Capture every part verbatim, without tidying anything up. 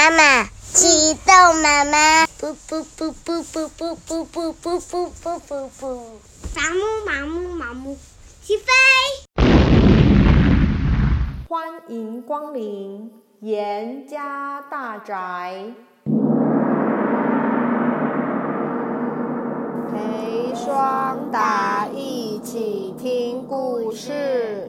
妈妈，启动妈妈，噗噗噗噗噗噗噗噗噗噗噗噗噗，麻木麻木麻木，起飞！ 欢迎光临严家大宅，陪双打一起听故事。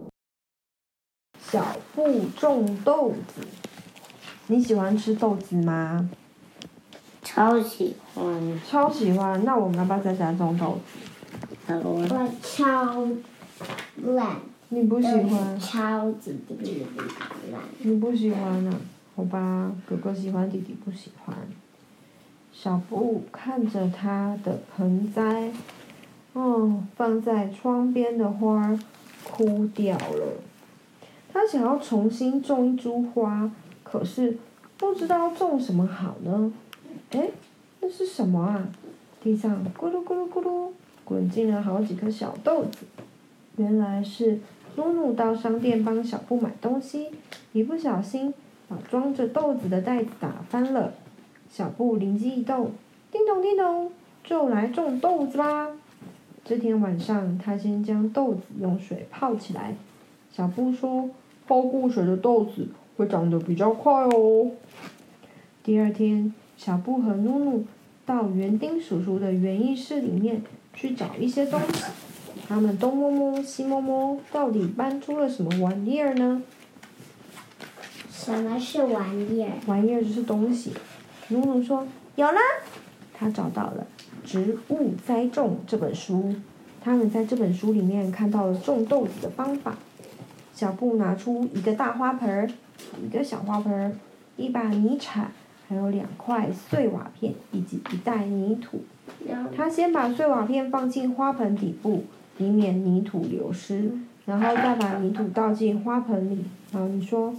小布种豆子，你喜欢吃豆子吗？ 超喜欢， 超喜欢。那我们要不要在家种豆子？ 我超懒。 你不喜欢？ 超级懒。 你不喜欢啊？好吧，哥哥喜欢，弟弟不喜欢。小布看着他的盆栽，哦，放在窗边的花枯掉了。他想要重新种一株花，可是不知道种什么好呢？哎，那是什么啊？地上咕噜咕噜咕噜滚进了好几颗小豆子。原来是露露到商店帮小布买东西，一不小心把装着豆子的袋子打翻了。小布灵机一动，叮咚叮咚，就来种豆子吧。这天晚上，他先将豆子用水泡起来。小布说：“泡过水的豆子会长得比较快哦。”第二天，小布和露露到园丁叔叔的园艺室里面去找一些东西。他们东摸摸西摸摸，到底搬出了什么玩意儿呢？ 什么是玩意儿？ 玩意儿就是东西。露露说：“有了！”他找到了《植物栽种》这本书。他们在这本书里面看到了种豆子的方法。小布拿出一个大花盆，一个小花盆，一把泥铲，还有两块碎瓦片以及一袋泥土。他先把碎瓦片放进花盆底部，以免泥土流失，然后再把泥土倒进花盆里。然后你说，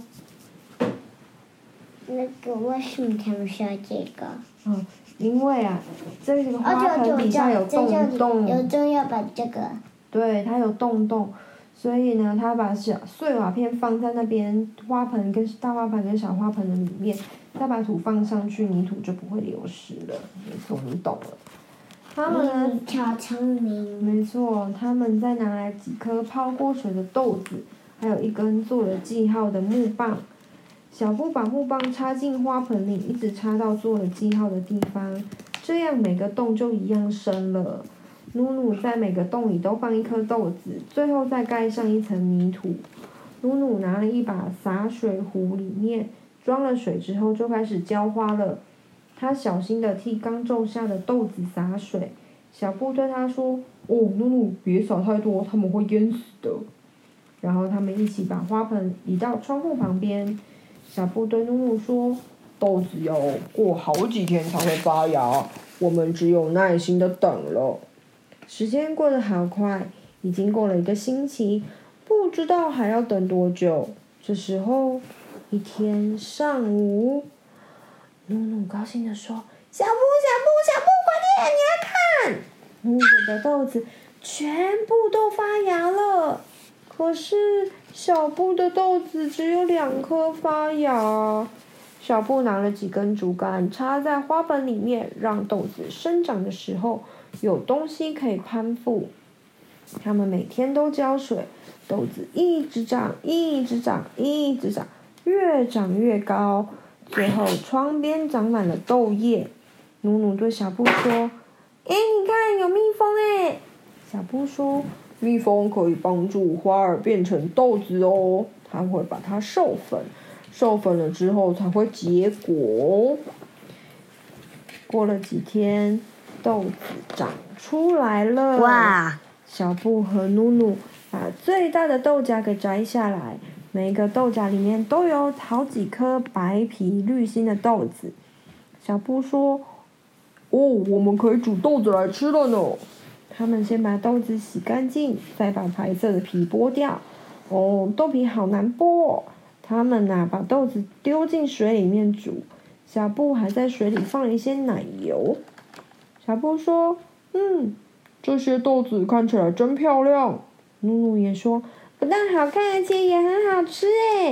那个为什么他们需要这个？ 嗯，因为啊，这个花盆底下有洞洞。 有重要把这个。 对，它有洞洞，所以呢，他把小碎瓦片放在那边花盆跟大花盆跟小花盆的里面，再把土放上去，泥土就不会流失了。没错，你懂了。他们呢？ 你超聪明。 没错，他们再拿来几颗泡过水的豆子，还有一根做了记号的木棒。小布把木棒插进花盆里，一直插到做了记号的地方，这样每个洞就一样深了。露露在每个洞里都放一颗豆子，最后再盖上一层泥土。露露拿了一把洒水壶，里面装了水之后就开始浇花了。他小心地替刚种下的豆子洒水。小布对他说：“哦，露露，别洒太多，它们会淹死的。”然后他们一起把花盆移到窗户旁边。小布对露露说：“豆子要过好几天才会发芽，我们只有耐心地等了。”时间过得好快，已经过了一个星期，不知道还要等多久。这时候，一天上午，露露高兴地说：“小布，小布，小布，快点，你来看！”露露的豆子全部都发芽了，可是小布的豆子只有两颗发芽。小布拿了几根竹竿插在花盆里面，让豆子生长的时候有东西可以攀附。他们每天都浇水，豆子一直长，一直长，一直长，越长越高。最后窗边长满了豆叶。努努对小布说：“哎，你看有蜜蜂哎！”小布说：“蜜蜂可以帮助花儿变成豆子哦，它会把它授粉，授粉了之后才会结果。”过了几天，豆子长出来了。 哇！ 小布和努努把最大的豆荚给摘下来，每一个豆荚里面都有好几颗白皮绿心的豆子。小布说：“哦，我们可以煮豆子来吃了呢。”他们先把豆子洗干净，再把白色的皮剥掉。哦，豆皮好难剥哦。他们呐、啊，把豆子丢进水里面煮。小布还在水里放了一些奶油。小布说：“嗯，这些豆子看起来真漂亮。”露露也说：“不但好看，而且也很好吃诶。”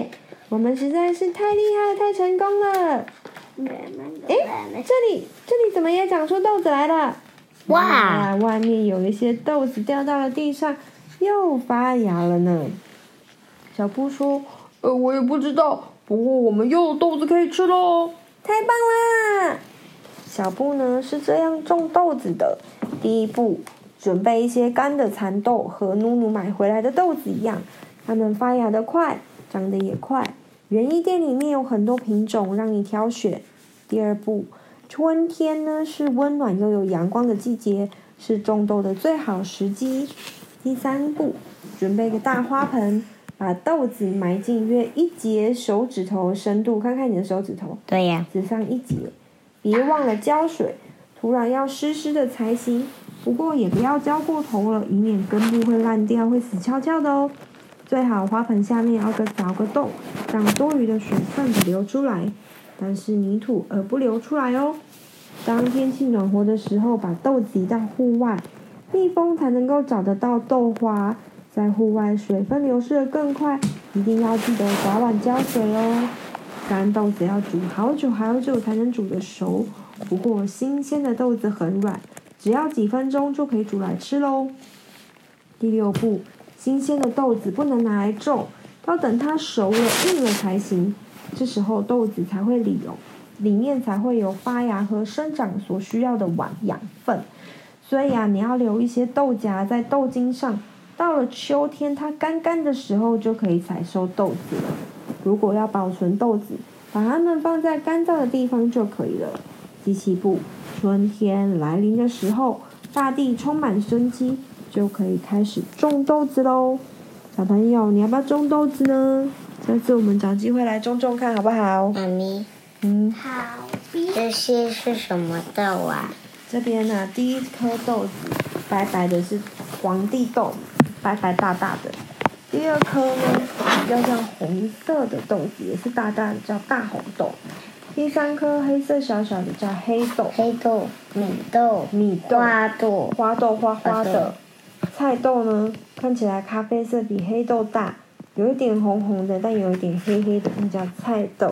我们实在是太厉害了，太成功了。诶，这里这里怎么也长出豆子来了？哇！外面有一些豆子掉到了地上，又发芽了呢。小布说：“呃，我也不知道，不过我们又有豆子可以吃喽，太棒啦！”小布呢是这样种豆子的：第一步，准备一些干的蚕豆，和努努买回来的豆子一样，它们发芽的快，长得也快。园艺店里面有很多品种让你挑选。第二步，春天呢是温暖又有阳光的季节，是种豆的最好时机。第三步，准备个大花盆，把豆子埋进约一节手指头深度，看看你的手指头， 对呀， 只上一节，别忘了浇水，土壤要湿湿的才行，不过也不要浇过头了，以免根部会烂掉，会死翘翘的哦。最好花盆下面要个凿个洞，让多余的水分给流出来，但是泥土而不流出来哦。当天气暖和的时候，把豆子移到户外，蜜蜂才能够找得到豆花。在户外水分流失得更快，一定要记得早晚浇水哦。干豆子要煮好久好久才能煮得熟，不过新鲜的豆子很软，只要几分钟就可以煮来吃喽。第六步，新鲜的豆子不能拿来种，要等它熟了硬了才行，这时候豆子才会里哦，里面才会有发芽和生长所需要的养养分。所以啊，你要留一些豆荚在豆茎上，到了秋天它干干的时候就可以采收豆子了。如果要保存豆子，把它们放在干燥的地方就可以了。第七步，春天来临的时候，大地充满生机，就可以开始种豆子喽。小朋友，你要不要种豆子呢？下次我们找机会来种种看好不好？ 妈咪， 嗯， 好。这些是什么豆啊？ 这边呢、啊，第一颗豆子白白的是皇帝豆，白白大大的。第二颗呢，比较像红色的豆子，也是大大的，叫大红豆。第三颗黑色小小的叫黑豆。 黑豆、米豆、 米豆、 花豆、 花豆花花的。菜豆呢，看起来咖啡色，比黑豆大，有一点红红的，但有一点黑黑的，那叫菜豆。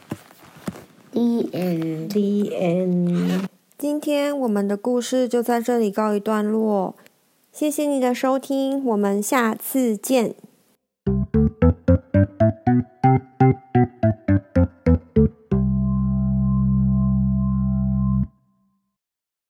The end. The end. 今天我们的故事就在这里告一段落，谢谢你的收听，我们下次见。